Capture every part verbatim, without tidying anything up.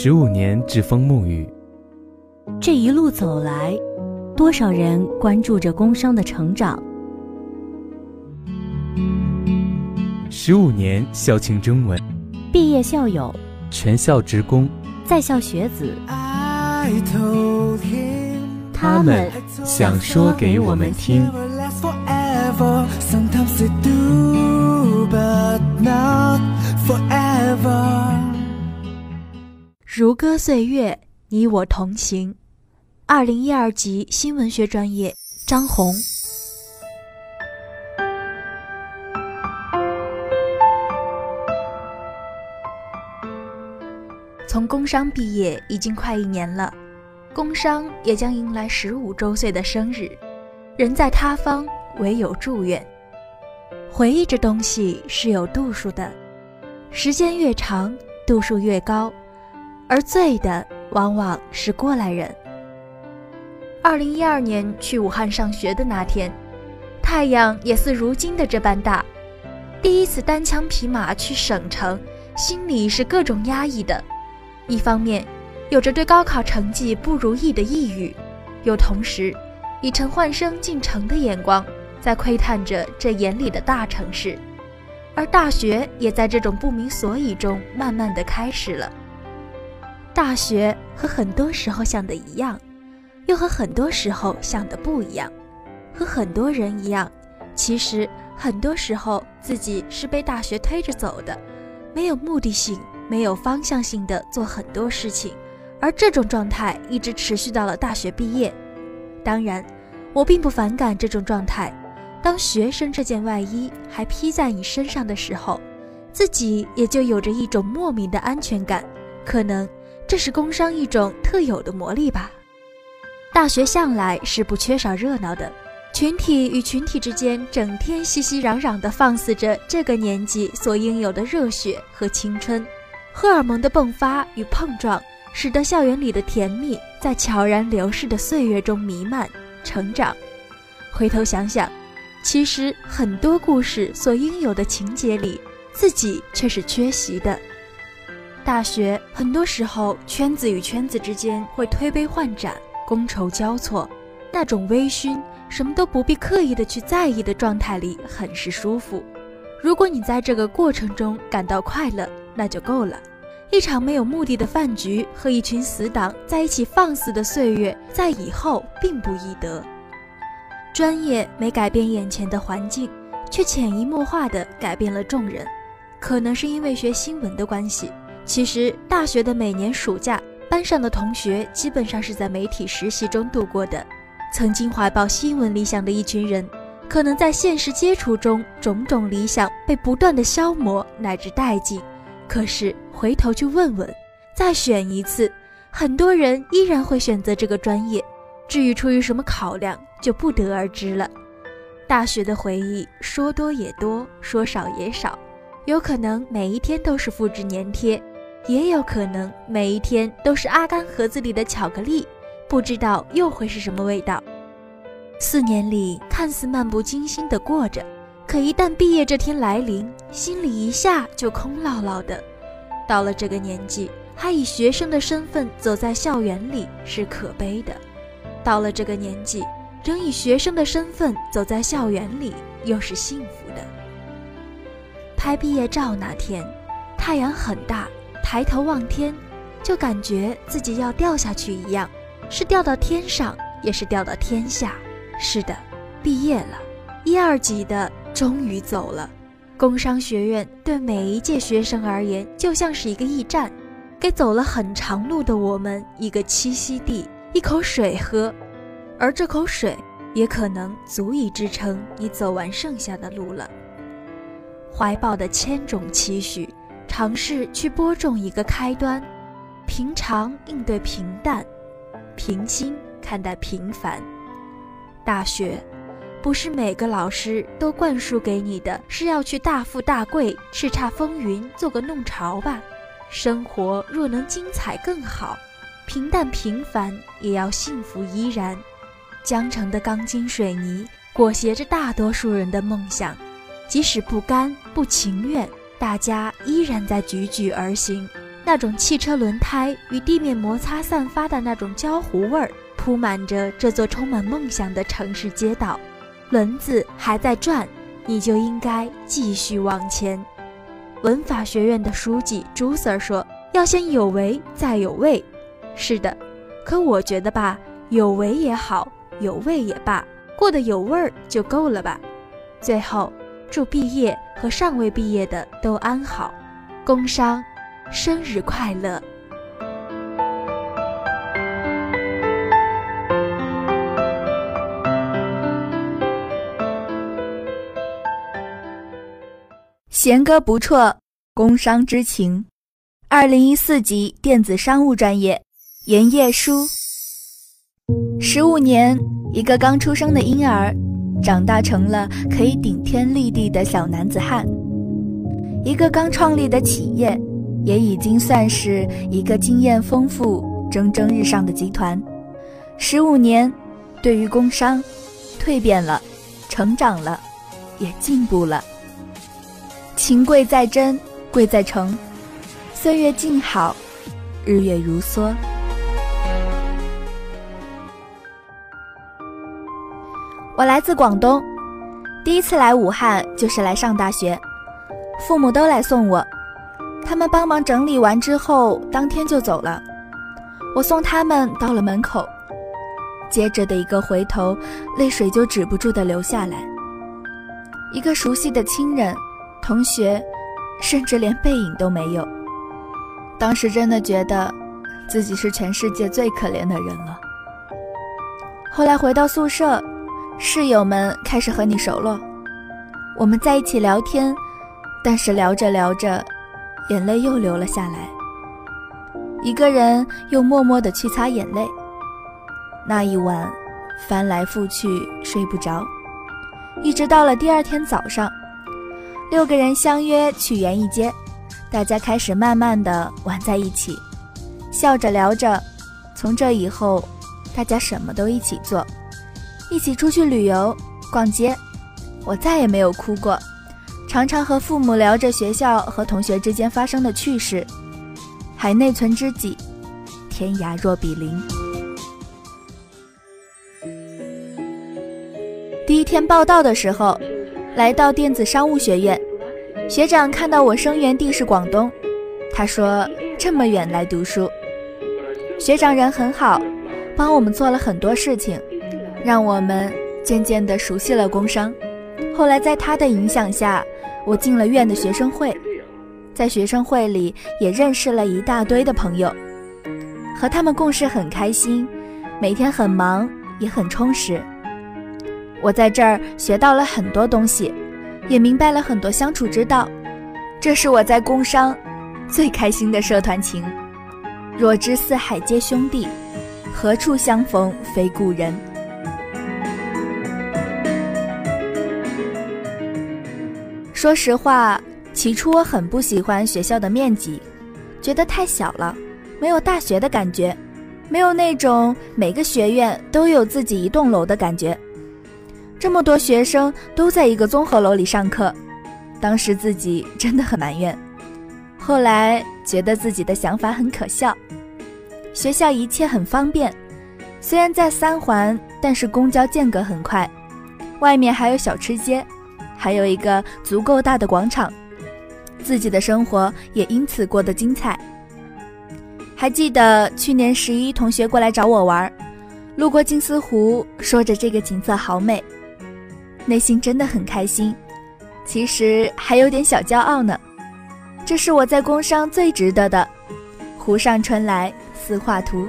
十五年栉风沐雨。 这一路走来，多少人关注着工商的成长。 十五年校庆征文， 毕业校友， 全校职工， 在校学子， 他们想说给我们听。 如歌岁月，你我同行。二零一二级新闻学专业，张红。从工商毕业已经快一年了，工商也将迎来十五周岁的生日。人在他方，唯有祝愿。回忆这东西是有度数的，时间越长，度数越高，而醉的往往是过来人。二零一二年去武汉上学的那天，太阳也似如今的这般大。第一次单枪匹马去省城，心里是各种压抑的。一方面有着对高考成绩不如意的抑郁，又同时以陈焕生进城的眼光在窥探着这眼里的大城市，而大学也在这种不明所以中慢慢地开始了。大学和很多时候想的一样，又和很多时候想的不一样。和很多人一样，其实很多时候自己是被大学推着走的，没有目的性，没有方向性的做很多事情，而这种状态一直持续到了大学毕业。当然，我并不反感这种状态。当学生这件外衣还披在你身上的时候，自己也就有着一种莫名的安全感，可能这是工商一种特有的魔力吧。大学向来是不缺少热闹的，群体与群体之间整天熙熙攘攘地放肆着这个年纪所应有的热血和青春。荷尔蒙的迸发与碰撞，使得校园里的甜蜜在悄然流逝的岁月中弥漫成长。回头想想，其实很多故事所应有的情节里，自己却是缺席的。大学很多时候圈子与圈子之间会推杯换盏，觥筹交错，那种微醺什么都不必刻意的去在意的状态里很是舒服。如果你在这个过程中感到快乐，那就够了。一场没有目的的饭局和一群死党在一起放肆的岁月，在以后并不易得。专业没改变眼前的环境，却潜移默化地改变了众人。可能是因为学新闻的关系，其实大学的每年暑假，班上的同学基本上是在媒体实习中度过的。曾经怀抱新闻理想的一群人，可能在现实接触中，种种理想被不断的消磨乃至殆尽。可是回头去问问，再选一次，很多人依然会选择这个专业。至于出于什么考量，就不得而知了。大学的回忆说多也多，说少也少，有可能每一天都是复制粘贴，也有可能每一天都是阿甘盒子里的巧克力，不知道又会是什么味道。四年里看似漫不经心地过着，可一旦毕业这天来临，心里一下就空落落的。到了这个年纪，还以学生的身份走在校园里是可悲的。到了这个年纪，仍以学生的身份走在校园里又是幸福的。拍毕业照那天，太阳很大，抬头望天，就感觉自己要掉下去一样，是掉到天上，也是掉到天下。是的，毕业了，一二级的终于走了。工商学院对每一届学生而言，就像是一个驿站，给走了很长路的我们一个栖息地，一口水喝，而这口水也可能足以支撑你走完剩下的路了。怀抱的千种期许，尝试去播种一个开端，平常应对平淡，平心看待平凡。大学不是每个老师都灌输给你的是要去大富大贵，叱咤风云，做个弄潮吧。生活若能精彩更好，平淡平凡也要幸福依然。江城的钢筋水泥裹挟着大多数人的梦想，即使不甘不情愿，大家依然在踽踽而行， 那种汽车轮胎与地面摩擦散发的那种焦糊味儿，铺满着这座充满梦想的城市街道。轮子还在转，你就应该继续往前。文法学院的书记朱 Sir 说，要先有为再有味。是的，可我觉得吧，有为也好，有味也罢，过得有味儿就够了吧。最后，祝毕业和尚未毕业的都安好。工商生日快乐。 弦歌不辍，工商之情。二零一四级电子商务专业，严叶书。十五年，一个刚出生的婴儿，长大成了可以顶天立地的小男子汉。一个刚创立的企业，也已经算是一个经验丰富、蒸蒸日上的集团。十五年，对于工商，蜕变了，成长了，也进步了。情贵在真，贵在诚。岁月静好，日月如梭。我来自广东，第一次来武汉就是来上大学，父母都来送我，他们帮忙整理完之后，当天就走了。我送他们到了门口，接着的一个回头，泪水就止不住地流下来。一个熟悉的亲人、同学，甚至连背影都没有。当时真的觉得自己是全世界最可怜的人了。后来回到宿舍，室友们开始和你熟络，我们在一起聊天，但是聊着聊着，眼泪又流了下来。一个人又默默地去擦眼泪。那一晚翻来覆去睡不着，一直到了第二天早上，六个人相约去园艺街，大家开始慢慢地玩在一起，笑着聊着。从这以后，大家什么都一起做，一起出去旅游、逛街。我再也没有哭过，常常和父母聊着学校和同学之间发生的趣事。海内存知己，天涯若比邻。第一天报到的时候，来到电子商务学院，学长看到我生源地是广东，他说这么远来读书。学长人很好，帮我们做了很多事情，让我们渐渐地熟悉了工商。后来在他的影响下，我进了院的学生会，在学生会里也认识了一大堆的朋友，和他们共事很开心，每天很忙也很充实。我在这儿学到了很多东西，也明白了很多相处之道，这是我在工商最开心的社团情。若知四海皆兄弟，何处相逢非故人。说实话，起初我很不喜欢学校的面积，觉得太小了，没有大学的感觉，没有那种每个学院都有自己一栋楼的感觉。这么多学生都在一个综合楼里上课，当时自己真的很埋怨。后来觉得自己的想法很可笑。学校一切很方便，虽然在三环，但是公交间隔很快，外面还有小吃街，还有一个足够大的广场，自己的生活也因此过得精彩。还记得去年十一同学过来找我玩，路过金丝湖，说着这个景色好美，内心真的很开心，其实还有点小骄傲呢。这是我在工商最值得的，湖上春来似画图。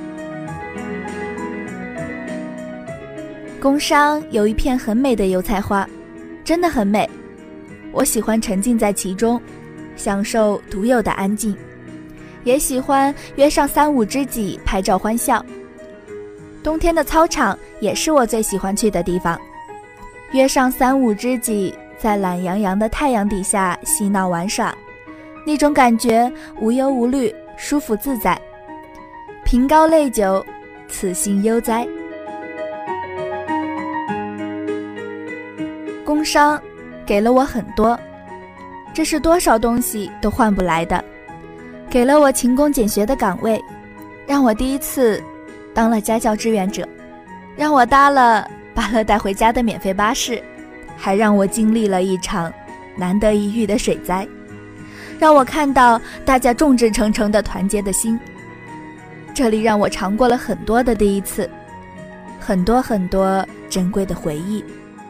工商有一片很美的油菜花，真的很美，我喜欢沉浸在其中，享受独有的安静，也喜欢约上三五知己拍照欢笑。冬天的操场也是我最喜欢去的地方，约上三五知己在懒洋洋的太阳底下嬉闹玩耍，那种感觉无忧无虑，舒服自在。凭高泪酒，此心悠哉。工商给了我很多，这是多少东西都换不来的。 给了我勤工俭学的岗位，让我第一次当了家教志愿者，让我搭了巴乐带回家的免费巴士，还让我经历了一场难得一遇的水灾，让我看到大家众志成城的团结的心。这里让我尝过了很多的第一次，很多很多珍贵的回忆。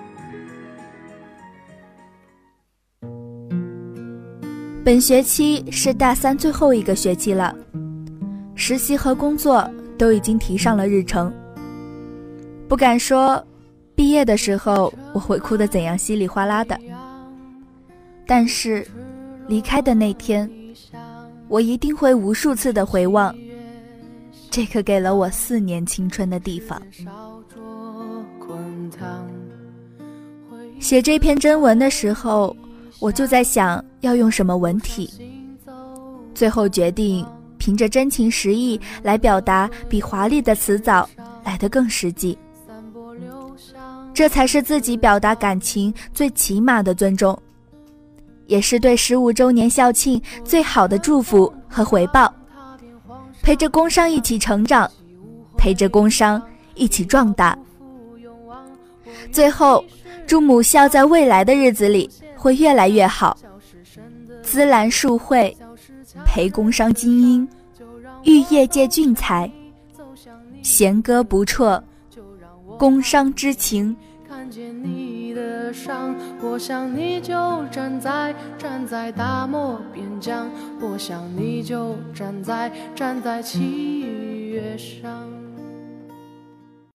本学期是大三最后一个学期了，实习和工作都已经提上了日程。不敢说毕业的时候我会哭得怎样稀里哗啦的，但是离开的那天，我一定会无数次的回望这个给了我四年青春的地方。写这篇真文的时候，我就在想要用什么文体，最后决定凭着真情实意来表达，比华丽的词藻来得更实际。这才是自己表达感情最起码的尊重，也是对十五周年校庆最好的祝福和回报。陪着工商一起成长，陪着工商一起壮大。最后，祝母校在未来的日子里会越来越好，滋兰树慧，陪工商精英，育业界俊才，弦歌不辍，工商之情。 看见你的伤，我想你就站在站在大漠边疆，我想你就站在站在七月上。